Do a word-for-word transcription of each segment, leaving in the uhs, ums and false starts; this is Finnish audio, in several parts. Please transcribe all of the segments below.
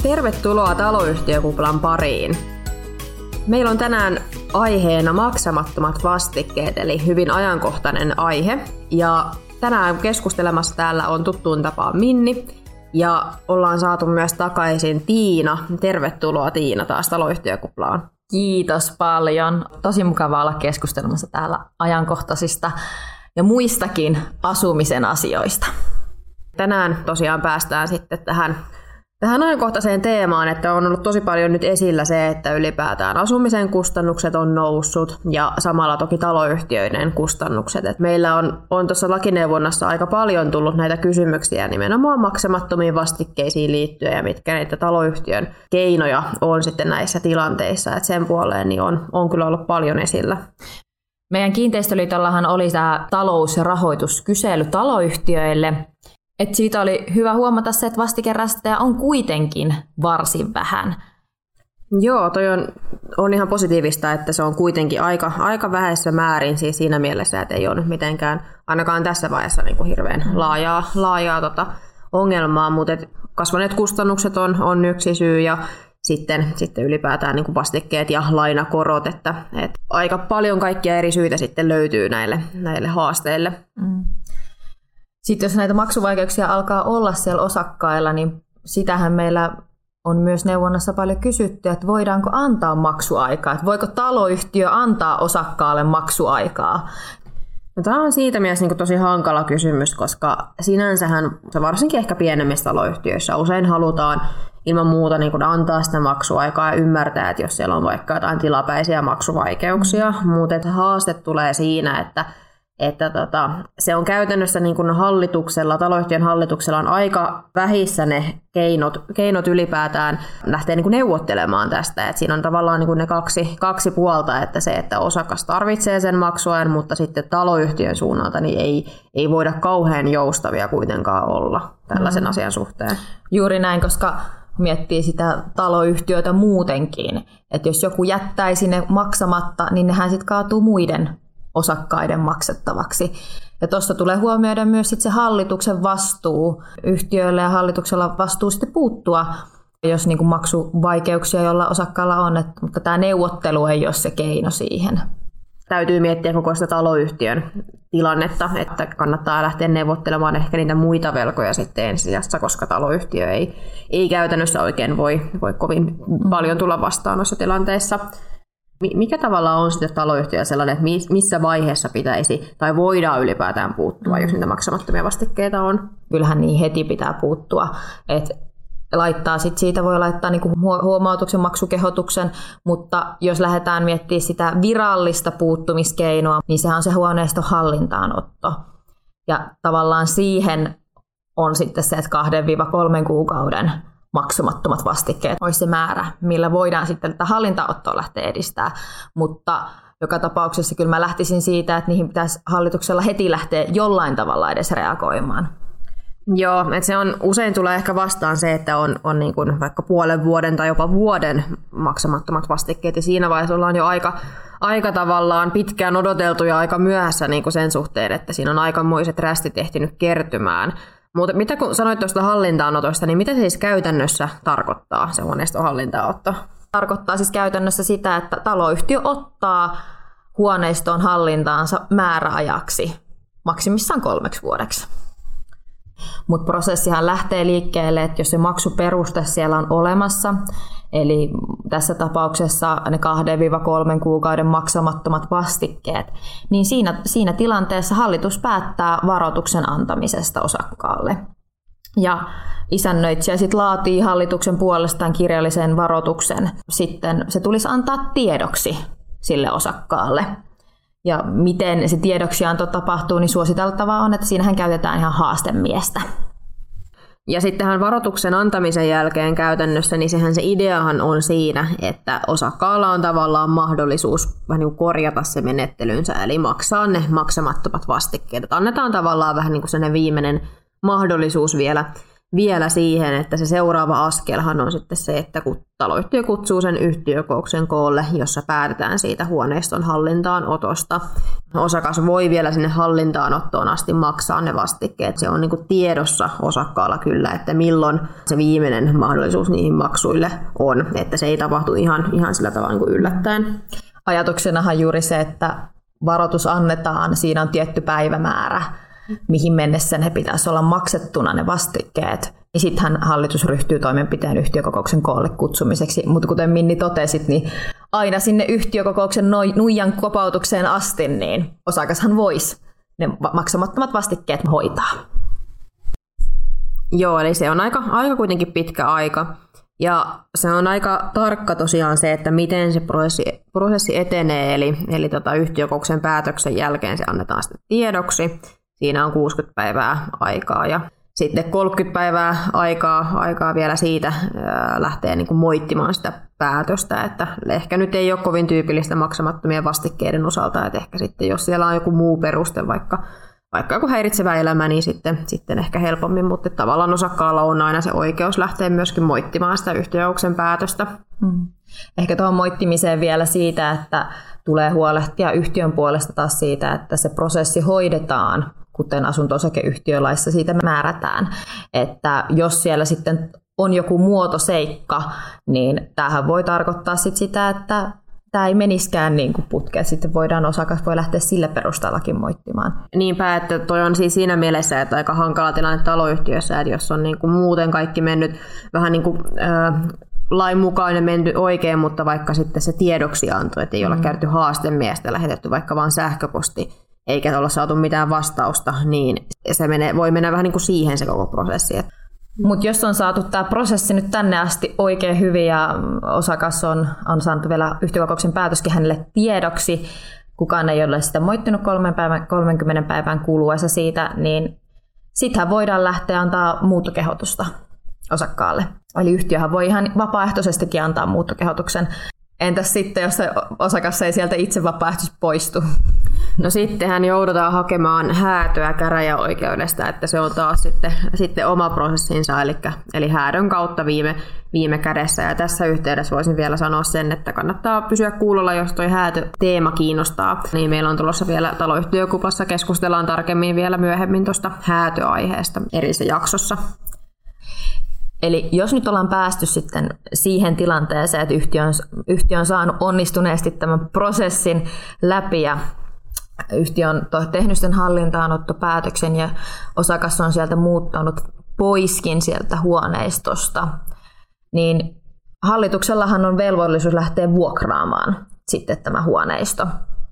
Tervetuloa taloyhtiökuplan pariin. Meillä on tänään aiheena maksamattomat vastikkeet, eli hyvin ajankohtainen aihe. Ja tänään keskustelemassa täällä on tuttuun tapaan Minni ja ollaan saatu myös takaisin Tiina. Tervetuloa Tiina taas taloyhtiökuplaan. Kiitos paljon. Tosi mukava olla keskustelemassa täällä ajankohtaisista ja muistakin asumisen asioista. Tänään tosiaan päästään sitten tähän, tähän ajankohtaiseen teemaan, että on ollut tosi paljon nyt esillä se, että ylipäätään asumisen kustannukset on noussut ja samalla toki taloyhtiöiden kustannukset. Et meillä on, on tuossa lakineuvonnassa aika paljon tullut näitä kysymyksiä nimenomaan maksamattomiin vastikkeisiin liittyen ja mitkä niitä taloyhtiön keinoja on sitten näissä tilanteissa. Et sen puoleen niin on, on kyllä ollut paljon esillä. Meidän Kiinteistöliitollahan oli tämä talous- ja rahoituskysely taloyhtiöille. Et siitä oli hyvä huomata se, että vastikerästejä on kuitenkin varsin vähän. Joo, toi on, on ihan positiivista, että se on kuitenkin aika, aika vähäisessä määrin siis siinä mielessä, että ei ole nyt mitenkään ainakaan tässä vaiheessa niin kuin hirveän laajaa, laajaa tota ongelmaa, mutta kasvaneet kustannukset on, on yksi syy ja sitten, sitten ylipäätään niin kuin vastikkeet ja lainakorot, että, että aika paljon kaikkia eri syitä sitten löytyy näille, näille haasteille. Mm. Sitten jos näitä maksuvaikeuksia alkaa olla siellä osakkailla, niin sitähän meillä on myös neuvonnassa paljon kysytty, että voidaanko antaa maksuaikaa, että voiko taloyhtiö antaa osakkaalle maksuaikaa. No, tämä on siitä mielessä niin kuin tosi hankala kysymys, koska sinänsähän varsinkin ehkä pienemmissä taloyhtiöissä usein halutaan ilman muuta niin kuin antaa sitä maksuaikaa ja ymmärtää, että jos siellä on vaikka jotain tilapäisiä maksuvaikeuksia, mm. mutta haaste tulee siinä, että Että tota, se on käytännössä niin kuin hallituksella, taloyhtiön hallituksella on aika vähissä ne keinot, keinot ylipäätään lähteä niin kuin neuvottelemaan tästä. Et siinä on tavallaan niin kuin ne kaksi, kaksi puolta, että se, että osakas tarvitsee sen maksuajan, mutta sitten taloyhtiön suunnalta niin ei, ei voida kauhean joustavia kuitenkaan olla tällaisen mm. asian suhteen. Juuri näin, koska miettii sitä taloyhtiötä muutenkin, että jos joku jättäisi ne maksamatta, niin nehän sitten kaatuu muiden osakkaiden maksettavaksi. Ja tuosta tulee huomioida myös sit se hallituksen vastuu. Yhtiöillä ja hallituksella vastuu sitten puuttua, jos niin kuin maksuvaikeuksia jolla osakkaalla on, et, mutta tämä neuvottelu ei ole se keino siihen. Täytyy miettiä koko sitä taloyhtiön tilannetta, että kannattaa lähteä neuvottelemaan ehkä niitä muita velkoja sitten ensisijassa, koska taloyhtiö ei, ei käytännössä oikein voi, voi kovin paljon tulla vastaan noissa tilanteissa. Mikä tavallaan on sitten taloyhtiö sellainen, että missä vaiheessa pitäisi tai voidaan ylipäätään puuttua, mm. jos niitä maksamattomia vastikkeita on? Kyllähän niin heti pitää puuttua. Et laittaa sit siitä voi laittaa niinku huomautuksen, maksukehotuksen, mutta jos lähdetään miettimään sitä virallista puuttumiskeinoa, niin sehän on se huoneiston hallintaanotto. Ja tavallaan siihen on sitten se, että kahden kolmen kuukauden maksamattomat vastikkeet olisi se määrä, millä voidaan sitten tätä hallintaottoa lähteä edistämään. Mutta joka tapauksessa kyllä mä lähtisin siitä, että niihin pitäisi hallituksella heti lähteä jollain tavalla edes reagoimaan. Joo, että se on, usein tulee ehkä vastaan se, että on, on niin kuin vaikka puolen vuoden tai jopa vuoden maksamattomat vastikkeet, ja siinä vaiheessa ollaan jo aika, aika tavallaan pitkään odoteltu ja aika myöhässä niin kuin sen suhteen, että siinä on aikamoiset rästit ehtinyt kertymään. Mutta mitä kun sanoit tuosta hallintaanotosta, niin mitä se siis käytännössä tarkoittaa, se huoneiston hallintaanotto? Tarkoittaa siis käytännössä sitä, että taloyhtiö ottaa huoneiston hallintaansa määräajaksi, maksimissaan kolmeksi vuodeksi. Mutta prosessihan lähtee liikkeelle, että jos se maksuperuste siellä on olemassa, eli tässä tapauksessa ne kahden kolmen kuukauden maksamattomat vastikkeet, niin siinä, siinä tilanteessa hallitus päättää varoituksen antamisesta osakkaalle. Ja isännöitsijä sitten laatii hallituksen puolestaan kirjallisen varoituksen. Sitten se tulisi antaa tiedoksi sille osakkaalle. Ja miten se tiedoksianto tapahtuu, niin suositeltavaa on, että siinähän käytetään ihan haastemiestä. Ja sittenhän varoituksen antamisen jälkeen käytännössä, niin sehän se ideahan on siinä, että osakkaalla on tavallaan mahdollisuus vähän niin kuin korjata se menettelynsä, eli maksaa ne maksamattomat vastikkeet. Että annetaan tavallaan vähän niin kuin sellainen viimeinen mahdollisuus vielä, vielä siihen, että se seuraava askelhan on sitten se, että kun taloyhtiö kutsuu sen yhtiökokouksen koolle, jossa päätetään siitä huoneiston hallintaanotosta. Osakas voi vielä sinne hallintaanottoon asti maksaa ne vastikkeet. Se on niin kuin tiedossa osakkaalla kyllä, että milloin se viimeinen mahdollisuus niihin maksuille on, että se ei tapahtu ihan, ihan sillä tavalla niin kuin yllättäen. Ajatuksenahan juuri se, että varoitus annetaan, siinä on tietty päivämäärä, mihin mennessä ne pitäisi olla maksettuna ne vastikkeet. Ja sittenhän hallitus ryhtyy toimenpiteen yhtiökokouksen koolle kutsumiseksi. Mutta kuten Minni totesit, niin aina sinne yhtiökokouksen nuijan kopautukseen asti, niin osakashan voisi ne maksamattomat vastikkeet hoitaa. Joo, eli se on aika, aika kuitenkin pitkä aika. Ja se on aika tarkka tosiaan se, että miten se prosessi, prosessi etenee. Eli, eli tota yhtiökokouksen päätöksen jälkeen se annetaan sitten tiedoksi. Siinä on kuusikymmentä päivää aikaa ja sitten kolmekymmentä päivää aikaa, aikaa vielä siitä ää, lähtee niin kuin moittimaan sitä päätöstä, että ehkä nyt ei ole kovin tyypillistä maksamattomien vastikkeiden osalta, että ehkä sitten jos siellä on joku muu peruste, vaikka, vaikka joku häiritsevä elämä, niin sitten, sitten ehkä helpommin, mutta tavallaan osakkaalla on aina se oikeus lähteä myöskin moittimaan sitä yhtiökokouksen päätöstä. Hmm. Ehkä tuohon moittimiseen vielä siitä, että tulee huolehtia yhtiön puolesta taas siitä, että se prosessi hoidetaan, kuten asunto-osakeyhtiölaissa siitä määrätään, että jos siellä sitten on joku muotoseikka, niin tämähän voi tarkoittaa sit sitä, että tämä ei meniskään niin kuin putkeen. Sitten voidaan osakas voi lähteä sille perusteellakin moittimaan. Niinpä, että toi on siis siinä mielessä, että aika hankala tilanne taloyhtiössä, että jos on niin kuin muuten kaikki mennyt vähän niin kuin, äh, lain mukainen mennyt oikein, mutta vaikka sitten se tiedoksianto, että ei olla käyty haastemiestä, lähetetty vaikka vaan sähköposti, eikä olla saatu mitään vastausta, niin se menee, voi mennä vähän niin kuin siihen se koko prosessi. Mutta jos on saatu tämä prosessi nyt tänne asti oikein hyvin ja osakas on, on saanut vielä yhtiökokouksen päätöskin hänelle tiedoksi, kukaan ei ole sitä moittinut kolmen päivän, kolmenkymmenen päivän kuluessa siitä, niin sittenhän voidaan lähteä antaa muuttokehotusta osakkaalle. Eli yhtiöhän voi ihan vapaaehtoisestikin antaa muuttokehotuksen. Entäs sitten, jos se osakas ei sieltä itse vapaaehtoisesti poistu? No sittenhän joudutaan hakemaan häätöä käräjäoikeudesta, että se on taas sitten, sitten oma prosessinsa, eli, eli häädön kautta viime, viime kädessä. Ja tässä yhteydessä voisin vielä sanoa sen, että kannattaa pysyä kuulolla, jos toi häätöteema kiinnostaa. Niin meillä on tulossa vielä taloyhtiökuplassa, keskustellaan tarkemmin vielä myöhemmin tuosta häätöaiheesta eri jaksossa. Eli jos nyt ollaan päästy sitten siihen tilanteeseen, että yhtiö on, yhtiö on saanut onnistuneesti tämän prosessin läpi ja yhtiö on tehnyt sen hallintaanottopäätöksen ja osakas on sieltä muuttanut poiskin sieltä huoneistosta, niin hallituksellahan on velvollisuus lähteä vuokraamaan sitten tämä huoneisto.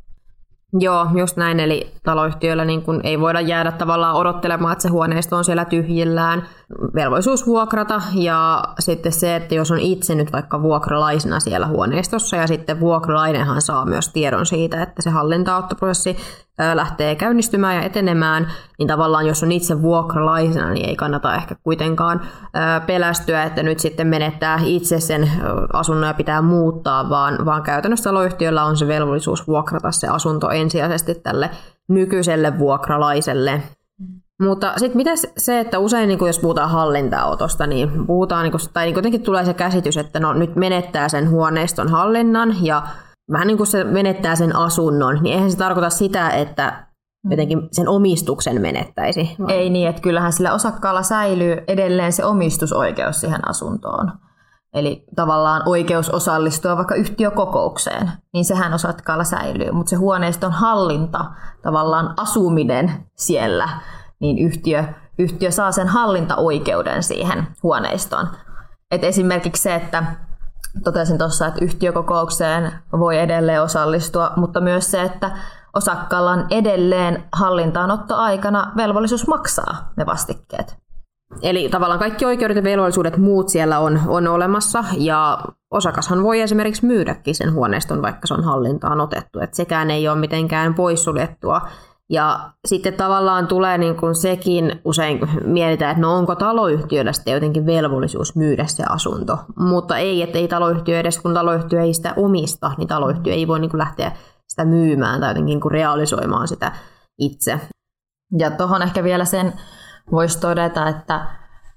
Joo, just näin. Eli taloyhtiöillä niin kun ei voida jäädä tavallaan odottelemaan, että se huoneisto on siellä tyhjillään. Velvollisuus vuokrata ja sitten se, että jos on itse nyt vaikka vuokralaisena siellä huoneistossa ja sitten vuokralainenhan saa myös tiedon siitä, että se hallintaanottoprosessi lähtee käynnistymään ja etenemään, niin tavallaan jos on itse vuokralaisena, niin ei kannata ehkä kuitenkaan pelästyä, että nyt sitten menettää itse sen asunnon ja pitää muuttaa, vaan, vaan käytännössä taloyhtiöllä on se velvollisuus vuokrata se asunto ensisijaisesti tälle nykyiselle vuokralaiselle. Mutta sitten mitä se, että usein niin jos puhutaan hallintaanotosta, niin puhutaan, niin kuin, tai niin jotenkin tulee se käsitys, että no nyt menettää sen huoneiston hallinnan ja vähän niin kuin se menettää sen asunnon, niin eihän se tarkoita sitä, että jotenkin sen omistuksen menettäisi. Vai? Ei niin, että kyllähän sillä osakkaalla säilyy edelleen se omistusoikeus siihen asuntoon. Eli tavallaan oikeus osallistua vaikka yhtiökokoukseen, niin sehän osakkaalla säilyy. Mutta se huoneiston hallinta, tavallaan asuminen siellä, niin yhtiö, yhtiö saa sen hallintaoikeuden siihen huoneistoon. Et esimerkiksi se, että totesin tuossa, että yhtiökokoukseen voi edelleen osallistua, mutta myös se, että osakkaalla on edelleen hallintaanottoaikana velvollisuus maksaa ne vastikkeet. Eli tavallaan kaikki oikeudet ja velvollisuudet muut siellä on, on olemassa ja osakashan voi esimerkiksi myydäkin sen huoneiston, vaikka se on hallintaan otettu. Et sekään ei ole mitenkään poissuljettua. Ja sitten tavallaan tulee niin kuin sekin, usein mietitään, että no onko taloyhtiöllä sitten jotenkin velvollisuus myydä se asunto. Mutta ei, että ei taloyhtiö edes, kun taloyhtiö ei sitä omista, niin taloyhtiö ei voi niin kuin lähteä sitä myymään tai jotenkin niin kuin realisoimaan sitä itse. Ja tuohon ehkä vielä sen voisi todeta, että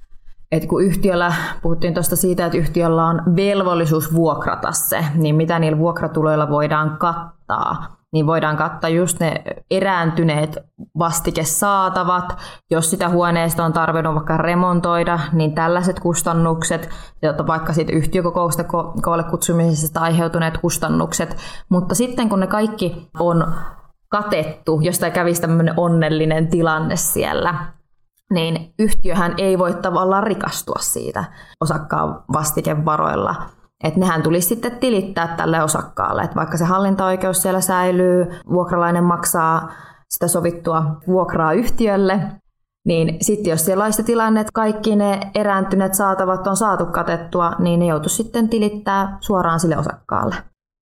että kun yhtiöllä, puhuttiin tuosta siitä, että yhtiöllä on velvollisuus vuokrata se, niin mitä niillä vuokratuloilla voidaan kattaa, niin voidaan kattaa just ne erääntyneet vastikesaatavat, jos sitä huoneesta on tarvinnut vaikka remontoida, niin tällaiset kustannukset, vaikka siitä yhtiökokousta koolle kutsumisesta aiheutuneet kustannukset, mutta sitten kun ne kaikki on katettu, jos tämä kävisi tämmöinen onnellinen tilanne siellä, niin yhtiöhän ei voi tavallaan rikastua siitä osakkaan vastikevaroilla. Että nehän tulisi sitten tilittää tälle osakkaalle, että vaikka se hallintaoikeus siellä säilyy, vuokralainen maksaa sitä sovittua vuokraa yhtiölle, niin sitten jos siellä olisi se tilanne, että kaikki ne erääntyneet saatavat on saatu katettua, niin ne joutuisi sitten tilittää suoraan sille osakkaalle.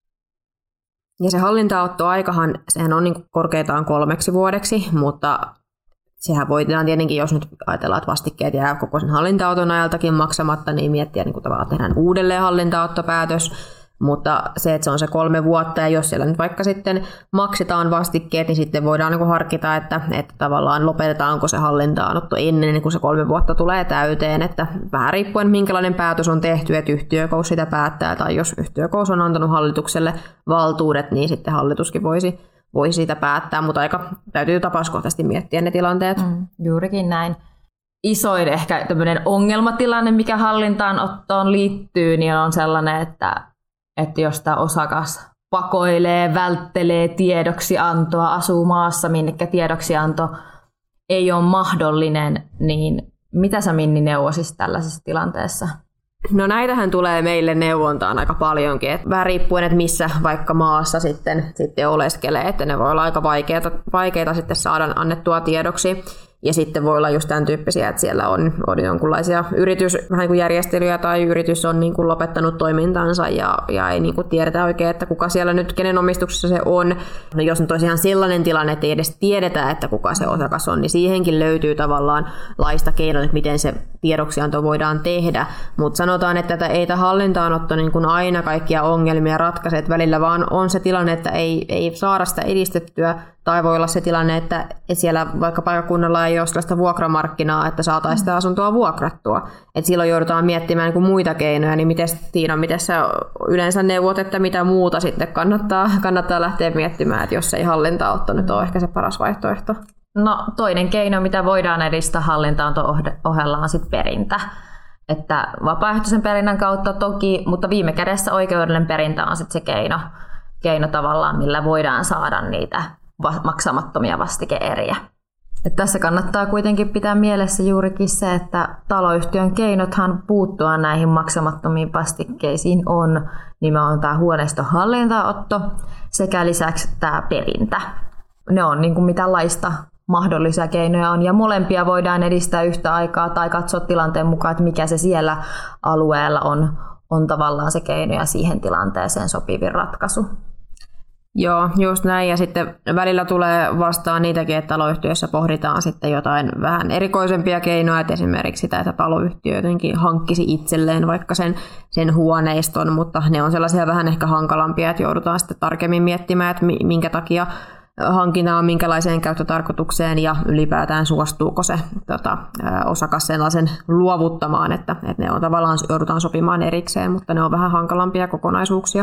Ja se hallintaottoaikahan, sehän on niin kuin korkeintaan kolmeksi vuodeksi, mutta sehän voidaan tietenkin, jos nyt ajatellaan, että vastikkeet jää koko sen hallintaoton ajaltakin maksamatta, niin miettiä niin kuin tavallaan tehdään uudelleen hallintaottopäätös. Mutta se, että se on se kolme vuotta, ja jos siellä nyt vaikka sitten maksetaan vastikkeet, niin sitten voidaan niin kuin harkita, että, että tavallaan lopetetaanko se hallintaanotto ennen kuin se kolme vuotta tulee täyteen. Että vähän riippuen minkälainen päätös on tehty, että yhtiökokous sitä päättää, tai jos yhtiökokous on antanut hallitukselle valtuudet, niin sitten hallituskin voisi voi siitä päättää, mutta aika täytyy tapauskohtaisesti miettiä ne tilanteet. Mm, juurikin näin. Isoin ehkä tämmöinen ongelmatilanne, mikä hallintaanottoon liittyy, niin on sellainen, että, että jos tämä osakas pakoilee, välttelee tiedoksiantoa, asuu maassa, minnekä tiedoksianto ei ole mahdollinen, niin mitä sä Minni neuvoisit tällaisessa tilanteessa? No näitähän tulee meille neuvontaan aika paljonkin, että vähän riippuen, että missä vaikka maassa sitten, sitten oleskelee, että ne voi olla aika vaikeita, vaikeita sitten saada annettua tiedoksi. Ja sitten voi olla just tämän tyyppisiä, että siellä on, on jonkunlaisia yritys, vähän niin kuin järjestelyjä tai yritys on niin kuin lopettanut toimintansa ja, ja ei niin kuin tiedetä oikein, että kuka siellä nyt, kenen omistuksessa se on. No jos nyt olisi ihan sellainen tilanne, että ei edes tiedetä, että kuka se osakas on, niin siihenkin löytyy tavallaan laista keinoja, että miten se tiedoksianto voidaan tehdä. Mutta sanotaan, että tätä ei tämä hallintaanotto niin kuin aina kaikkia ongelmia ratkaise, että välillä vaan on se tilanne, että ei, ei saada sitä edistettyä. Tai voi olla se tilanne, että siellä vaikka paikkakunnalla ei ole sellaista vuokramarkkinaa, että saataisiin sitä asuntoa vuokrattua. Et silloin joudutaan miettimään niin kuin muita keinoja, niin miten Tiina, miten sä yleensä neuvot, että mitä muuta sitten kannattaa, kannattaa lähteä miettimään, että jos ei hallintaotto nyt ole ehkä se paras vaihtoehto. No toinen keino, mitä voidaan edistää hallintaanto ohella on sitten perintä. Että vapaaehtoisen perinnän kautta toki, mutta viime kädessä oikeudellinen perintä on sitten se keino, keino tavallaan, millä voidaan saada niitä maksamattomia vastike-eriä. Et tässä kannattaa kuitenkin pitää mielessä juurikin se, että taloyhtiön keinothan puuttua näihin maksamattomiin vastikkeisiin on nimenomaan tämä huoneiston hallintaotto sekä lisäksi tämä perintä. Ne on niin kuin mitä laista mahdollisia keinoja on ja molempia voidaan edistää yhtä aikaa tai katsoa tilanteen mukaan, että mikä se siellä alueella on, on tavallaan se keino ja siihen tilanteeseen sopivin ratkaisu. Joo, just näin. Ja sitten välillä tulee vastaan niitäkin, että taloyhtiöissä pohditaan sitten jotain vähän erikoisempia keinoja, että esimerkiksi sitä, että taloyhtiö jotenkin hankkisi itselleen vaikka sen, sen huoneiston, mutta ne on sellaisia vähän ehkä hankalampia, että joudutaan sitten tarkemmin miettimään, että minkä takia hankinaa minkälaiseen käyttötarkoitukseen ja ylipäätään suostuuko se tota, osakas sellaisen luovuttamaan, että, että ne on tavallaan joudutaan sopimaan erikseen, mutta ne on vähän hankalampia kokonaisuuksia.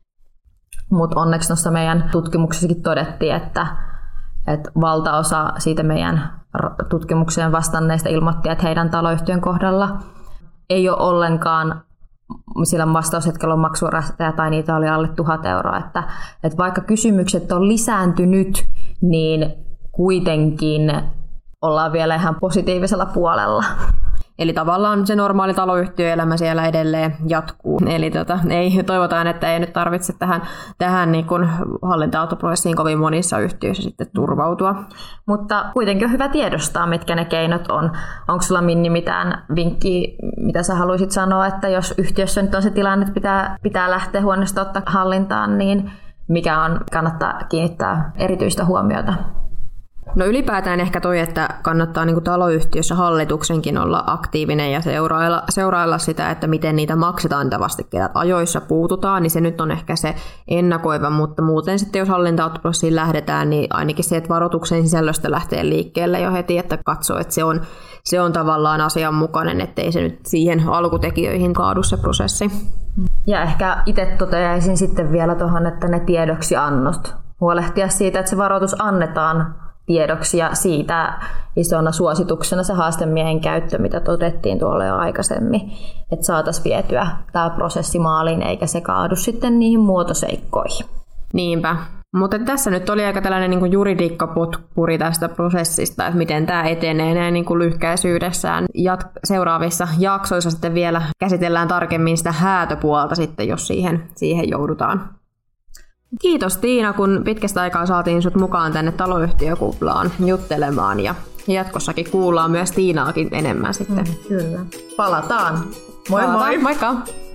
Mutta onneksi noissa meidän tutkimuksissakin todettiin, että, että valtaosa siitä meidän tutkimukseen vastanneista ilmoitti, että heidän taloyhtiön kohdalla ei ole ollenkaan sillä vastaushetkellä on maksurästejä tai niitä oli alle tuhat euroa. Että, että vaikka kysymykset on lisääntynyt, niin kuitenkin ollaan vielä ihan positiivisella puolella. Eli tavallaan se normaali taloyhtiöelämä siellä edelleen jatkuu. Eli tota, ei, toivotaan, että ei nyt tarvitse tähän, tähän niin kuin hallinta-autoprosessiin kovin monissa yhtiöissä sitten turvautua. Mutta kuitenkin on hyvä tiedostaa, mitkä ne keinot on. Onko sulla Minni mitään vinkkiä, mitä sä haluaisit sanoa, että jos yhtiössä nyt on se tilanne, että pitää, pitää lähteä huoneesta ottaa hallintaan, niin mikä on, kannattaa kiinnittää erityistä huomiota? No ylipäätään ehkä toi, että kannattaa niin kuin taloyhtiössä hallituksenkin olla aktiivinen ja seurailla, seurailla sitä, että miten niitä maksetaan niitä vastikkeita. Ajoissa puututaan, niin se nyt on ehkä se ennakoiva, mutta muuten sitten jos hallintauttoprosessiin lähdetään, niin ainakin se, että varoituksen sisällöstä lähtee liikkeelle jo heti, että katsoo, että se on, se on tavallaan asianmukainen, ettei se nyt siihen alkutekijöihin kaadu se prosessi. Ja ehkä itse toteaisin sitten vielä tuohon, että ne tiedoksiannot. Huolehtia siitä, että se varoitus annetaan tiedoksi ja siitä isona suosituksena se haastemiehen käyttö, mitä todettiin tuolla jo aikaisemmin, että saataisiin vietyä tämä prosessi maaliin eikä se kaadu sitten niihin muotoseikkoihin. Niinpä. Mutta tässä nyt oli aika tällainen niin kuin juridiikkapotpuri tästä prosessista, että miten tämä etenee näin niin kuin lyhkäisyydessään. Jat- seuraavissa jaksoissa sitten vielä käsitellään tarkemmin sitä häätöpuolta sitten, jos siihen, siihen joudutaan. Kiitos Tiina, kun pitkästä aikaa saatiin sut mukaan tänne taloyhtiökuplaan juttelemaan ja jatkossakin kuullaan myös Tiinaakin enemmän sitten. Mm, kyllä. Palataan. Moi Palataan. moi! Moikka!